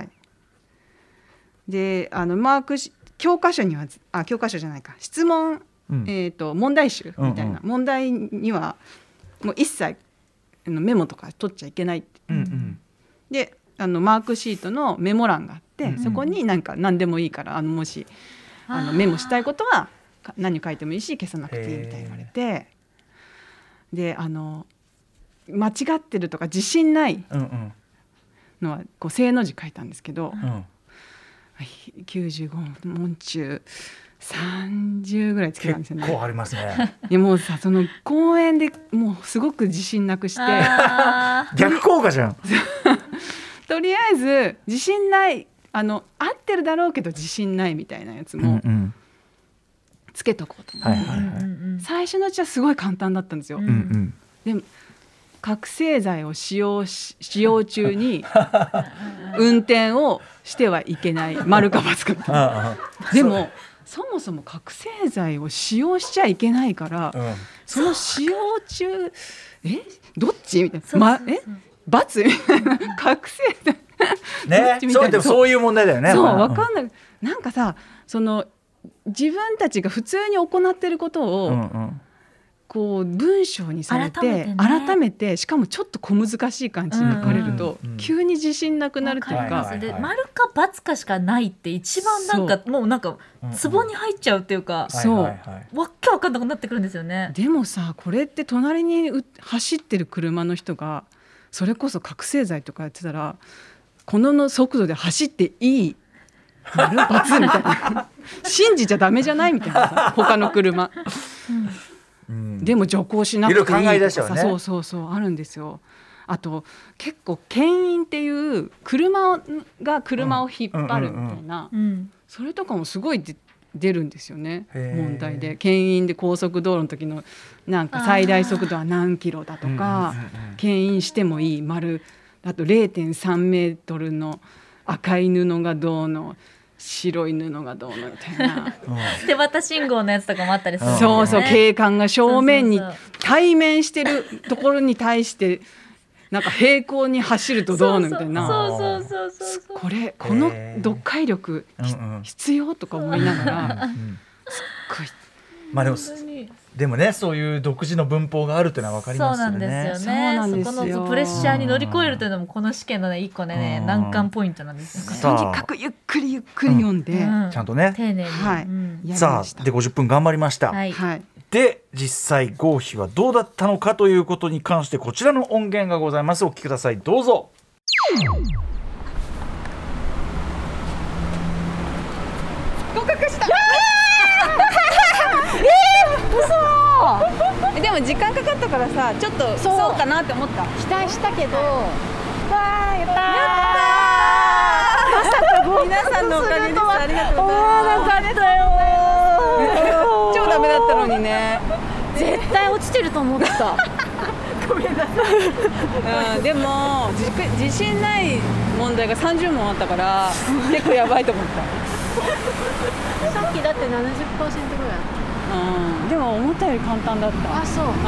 でマーク教科書には教科書じゃないか、質問、問題集みたいな、問題にはもう一切メモとか取っちゃいけないって、でマークシートのメモ欄があって、そこになんか何でもいいからもしメモしたいことは何書いてもいいし消さなくていいみたいに言われて、で間違ってるとか自信ないのはこう正の字書いたんですけど、95問中30ぐらいつけたんですよね。 結構ありますね。 でもうさ、その公演でもうすごく自信なくして逆効果じゃん。 とりあえず自信ない、合ってるだろうけど自信ないみたいなやつもつけとこうと思って、最初のうちはすごい簡単だったんですよ。でも覚醒剤を使用中に運転をしてはいけない、丸か×か。でもそもそも覚醒剤を使用しちゃいけないから、その使用中どっちみたいな、×みたいな、覚醒剤ね、そういう問題だよね。 そう分かんない、なんかさ、その自分たちが普通に行ってることを、 こう文章にされて改めてしかもちょっと小難しい感じに書かれると、急に自信なくなるというか、 で丸か×かしかないって一番なんかもうなんかツボに入っちゃうっていうか、そうわっけわかんなくなってくるんですよね。 でもさ、これって隣に走ってる車の人がそれこそ覚醒剤とかやってたら、この速度で走っていい丸×みたいな信じちゃダメじゃないみたいなさ、他の車、でも徐行しなくていいとかさ、そうあるんですよ。あと結構牽引っていう車が車を引っ張るみたいな、それとかもすごい出るんですよね、問題で。牽引で高速道路の時のなんか最大速度は何キロだとか、牽引してもいい丸、あと 0.3 メートルの赤い布がどうの白い布がどうのみたいな手旗信号のやつとかもあったりするんですよね。そう警官が正面に対面してるところに対してなんか平行に走るとどうのみたいな、この読解力必要とか思いながら、すっごい。 まあでもね、そういう独自の文法があるっていうのは分かりますよね。 そうなんですよね。そこのプレッシャーに乗り越えるというのもこの試験のね一個ね難関ポイントなんですよね。 とにかくゆっくり読んで、ちゃんとね丁寧に、 さあで50分頑張りました、で実際合否はどうだったのかということに関してこちらの音源がございます。お聞きください、どうぞ。 合格した。嘘。でも時間かかったからさ、ちょっとそうかなって思った。 期待したけど、やったー。皆さんのおかげです。ありがとうございます。 思わなかったよ。 超ダメだったのにね。 絶対落ちてると思った。 ごめんなさい。でも自信ない問題が30問あったから結構やばいと思った。 さっきだって 70% ぐらい。 でも思ったより簡単だった。 あ、そう。 お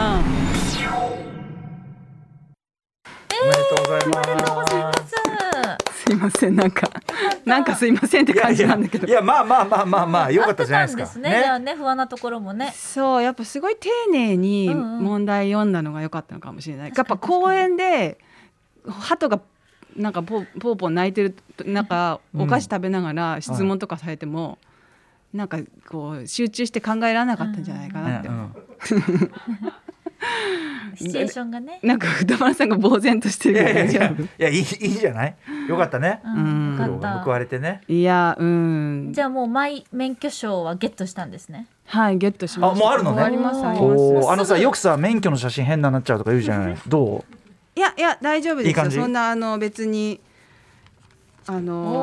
めでとうございます。 すいません、なんかすいませんって感じなんだけど。 いやまあ良かったじゃないですか。 ですね。じゃあね、不安なところもね。 そう、やっぱすごい丁寧に問題読んだのが良かったのかもしれない。やっぱ公園で鳩がなんかポーポー鳴いてる中、お菓子食べながら質問とかされても、なんかこう集中して考えられなかったんじゃないかなって思う。 シチュエーションがね。 なんか歌丸さんが呆然としてるけど大丈夫？ いやいいじゃない。よかったね。苦労が報われてね。 いや、 じゃあもうマイ免許証はゲットしたんですね。 はい、ゲットしました。 もうあるのね。 ありますあります。 さ、よくさ免許の写真変なっちゃうとか言うじゃない。どう？ いや大丈夫ですよ。そんな別にや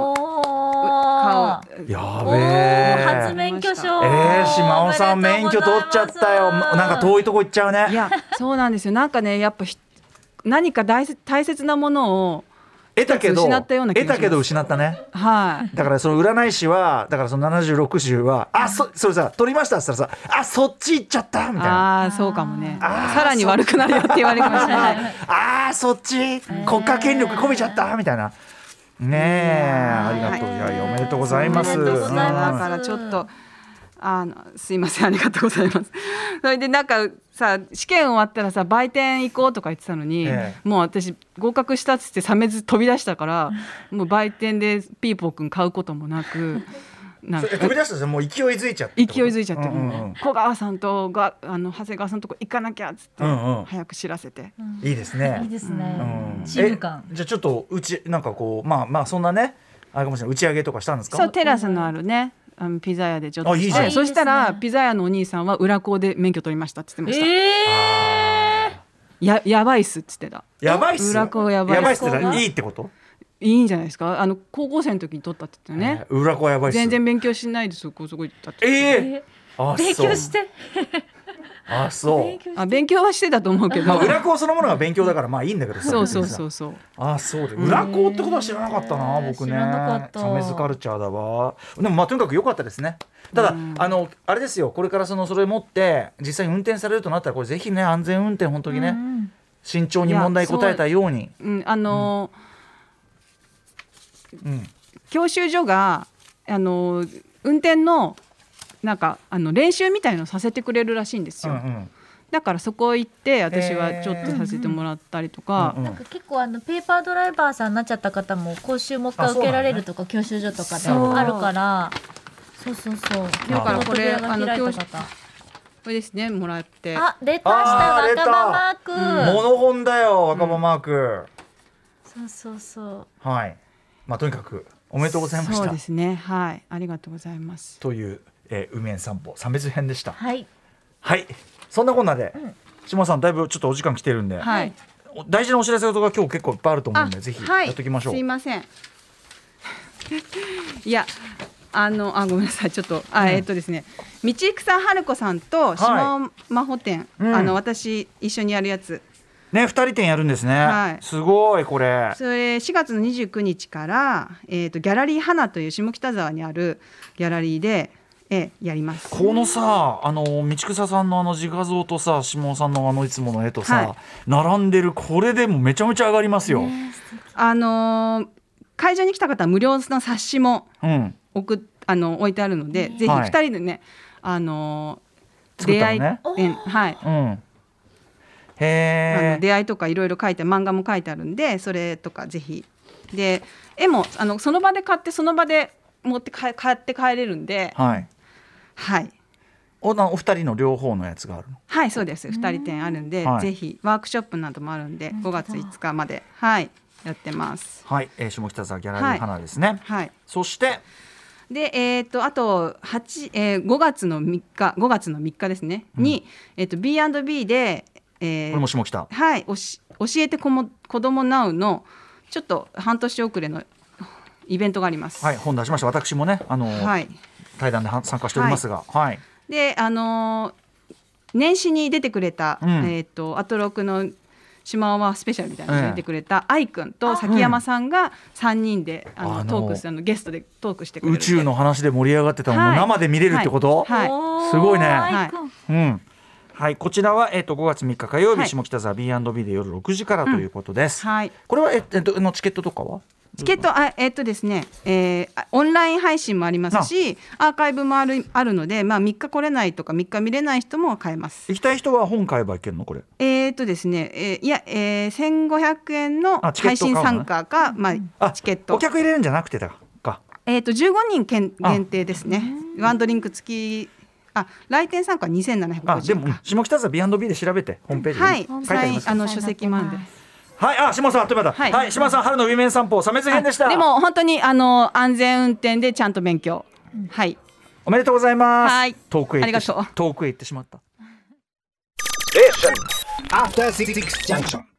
べえ。 初免許証。 島尾さん免許取っちゃったよ。なんか遠いとこ行っちゃうね。 いや、そうなんですよ。なんかね、やっぱ何か大切なものを得たけど失ったような気がします。 得たけど失ったね。 はい。 だからその占い師は、だからその70、60はそれさ取りましたって言ったらさ、そっち行っちゃったみたいな。 そうかもね。さらに悪くなるよって言われるかもしれない。 そっち国家権力込めちゃったみたいな。ねえ、ありがとう。いやおめでとうございます。 だからちょっとすいません、ありがとうございます。それでなんかさ、試験終わったらさ、売店行こうとか言ってたのに、もう私合格したっつって冷めず飛び出したから、もう売店でピーポーくん買うこともなく、 なんか飛び出したらもう勢いづいちゃって、小川さんと長谷川さんとこ行かなきゃっつって、早く知らせて、いいですね。 いいですね。チーム感。 じゃあちょっとなんかこうまあそんなね、あれかもしれない、打ち上げとかしたんですか？ そう、テラスのあるね、ピザ屋でちょっとして、そしたらピザ屋のお兄さんは裏校で免許取りましたって言ってました。やばいっすって言ってた。 やばいっす。 裏校やばいっすっていいってこと？ いいんじゃないですか。高校生の時に取ったって言ってね。 裏子はやばいっす。 全然勉強しないでそこ行ったって。 勉強して。 そう。 勉強はしてたと思うけど。 裏子そのものが勉強だからまあいいんだけど。 そう。 そうで。裏子ってことは知らなかったな、僕ね。サメズカルチャーだわ。でもとにかく良かったですね。ただあれですよ。これからそれ持って実際に運転されるとなったら、これぜひね、安全運転本当にね、慎重に問題答えたように。教習所が運転のなんか練習みたいのさせてくれるらしいんですよ。 だからそこ行って私はちょっとさせてもらったりとか、 なんか結構ペーパードライバーさんになっちゃった方も講習もう一回受けられるとか、教習所とかであるから、そうだからこれこれですね、もらって、 出ました若葉マーク、 モノ本だよ若葉マーク、 そうはい、とにかくおめでとうございました。 そうですね、はい、ありがとうございます。 という、海縁散歩鮫洲編でした。 はい、 そんなこんなで、島さんだいぶちょっとお時間来てるんで、大事なお知らせ事が今日結構いっぱいあると思うんで、ぜひやっておきましょう。 すいませんいやごめんなさい、ちょっとですね、道草春子さんと下真帆店、私一緒にやるやつね、2人展やるんですね、すごい。これそれ4月の29日から、ギャラリー花という下北沢にあるギャラリーで、やります。 このさ、道草さんの自画像とさ、下尾さんのいつもの絵とさ、並んでるこれでもめちゃめちゃ上がりますよ。 会場に来た方は無料の冊子も置いてあるので、ぜひ2人でね、出会い、出会いとかいろいろ書いて、漫画も書いてあるんで、それとかぜひで、絵もその場で買ってその場で持って買って帰れるんで、お二人の両方のやつがあるの？ はい、そうです。2人展あるんで、ぜひワークショップなどもあるんで、5月5日までやってます。 下北沢ギャラリー花ですね。そしてで、あと5月の3日ですね、に、B&B で、 これも下北、 教えて子どもナウのちょっと半年遅れのイベントがあります。 本出しました。私もね、対談で参加しておりますが、 で年始に出てくれた、アトロクの島尾スペシャルみたいなのに出てくれた愛くんと崎山さんが3人でトークするゲストでトークしてくれる。 宇宙の話で盛り上がってたのを生で見れるってこと？すごいね。こちらは、5月3日火曜日、下北沢 B&B で夜6時からということです。これは、チケットとかは？ チケットですね、オンライン配信もありますし、アーカイブもあるので、3日来れないとか3日見れない人も買えます。 行きたい人は本買えばいけるの？これですね、1500円の配信参加か、チケット。 お客入れるんじゃなくてだか。 15人限定ですね。ワンドリンク付き。来店参加は2750円。 でも下北沢 B&B で調べてホームページに書いてあります。 書籍もあるんで。 島さん、あっという間だ。島さん、春の海面散歩鮫洲編でした。 でも本当に安全運転でちゃんと勉強。 おめでとうございます。遠くへ行ってしまった。 After 66 junction.